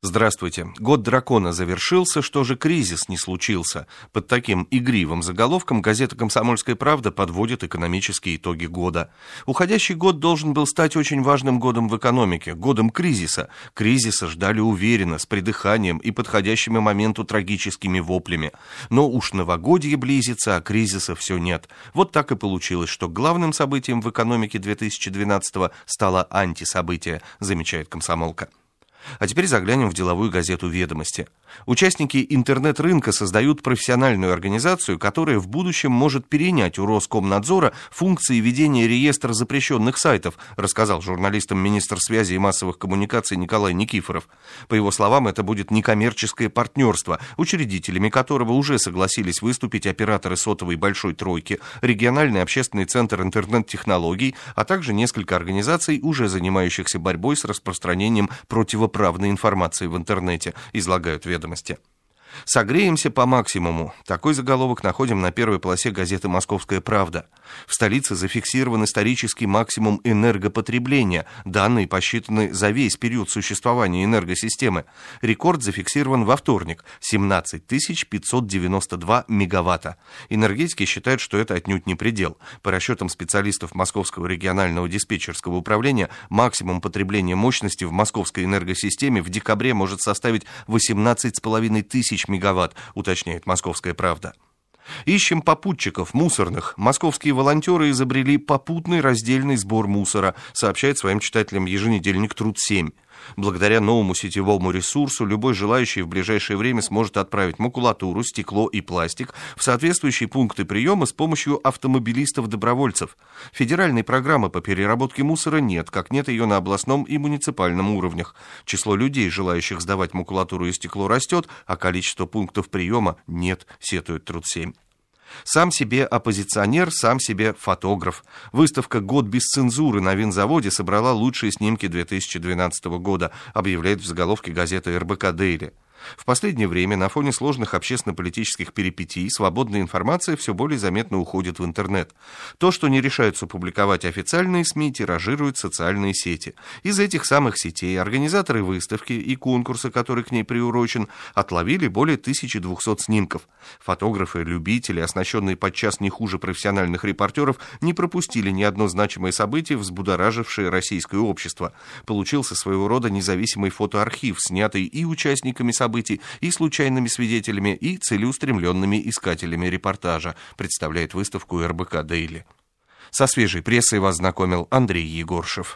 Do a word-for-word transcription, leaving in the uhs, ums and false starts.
Здравствуйте. Год дракона завершился, что же кризис не случился? Под таким игривым заголовком газета «Комсомольская правда» подводит экономические итоги года. Уходящий год должен был стать очень важным годом в экономике, годом кризиса. Кризиса ждали уверенно, с придыханием и подходящими моменту трагическими воплями. Но уж новогодье близится, а кризиса все нет. Вот так и получилось, что главным событием в экономике две тысячи двенадцатого стало антисобытие, замечает комсомолка. А теперь заглянем в деловую газету «Ведомости». Участники интернет-рынка создают профессиональную организацию, которая в будущем может перенять у Роскомнадзора функции ведения реестра запрещенных сайтов, рассказал журналистам министр связи и массовых коммуникаций Николай Никифоров. По его словам, это будет некоммерческое партнерство, учредителями которого уже согласились выступить операторы сотовой «Большой тройки», региональный общественный центр интернет-технологий, а также несколько организаций, уже занимающихся борьбой с распространением противоправной информации в интернете, излагают «Ведомости». «Согреемся по максимуму». Такой заголовок находим на первой полосе газеты «Московская правда». В столице зафиксирован исторический максимум энергопотребления. Данные посчитаны за весь период существования энергосистемы. Рекорд зафиксирован во вторник – семнадцать тысяч пятьсот девяносто два мегаватта. Энергетики считают, что это отнюдь не предел. По расчетам специалистов Московского регионального диспетчерского управления, максимум потребления мощности в московской энергосистеме в декабре может составить восемнадцать с половиной тысяч мегаватт, уточняет «Московская правда». Ищем попутчиков мусорных. Московские волонтеры изобрели попутный раздельный сбор мусора, сообщает своим читателям еженедельник «Труд семь». Благодаря новому сетевому ресурсу любой желающий в ближайшее время сможет отправить макулатуру, стекло и пластик в соответствующие пункты приема с помощью автомобилистов-добровольцев. Федеральной программы по переработке мусора нет, как нет ее на областном и муниципальном уровнях. Число людей, желающих сдавать макулатуру и стекло, растет, а количество пунктов приема нет, сетует «Труд семь». Сам себе оппозиционер, сам себе фотограф. Выставка «Год без цензуры» на винзаводе собрала лучшие снимки две тысячи двенадцатого года, объявляет в заголовке газета эр бэ ка Дейли. В последнее время на фоне сложных общественно-политических перипетий свободная информация все более заметно уходит в интернет. То, что не решаются публиковать официальные СМИ, тиражируют социальные сети. Из этих самых сетей организаторы выставки и конкурса, который к ней приурочен, отловили более тысячи двухсот снимков. Фотографы, любители, оснащенные подчас не хуже профессиональных репортеров, не пропустили ни одно значимое событие, взбудоражившее российское общество. Получился своего рода независимый фотоархив, снятый и участниками событий, и случайными свидетелями, и целеустремленными искателями репортажа, представляет выставку эр бэ ка Дейли. Со свежей прессой вас знакомил Андрей Егоршев.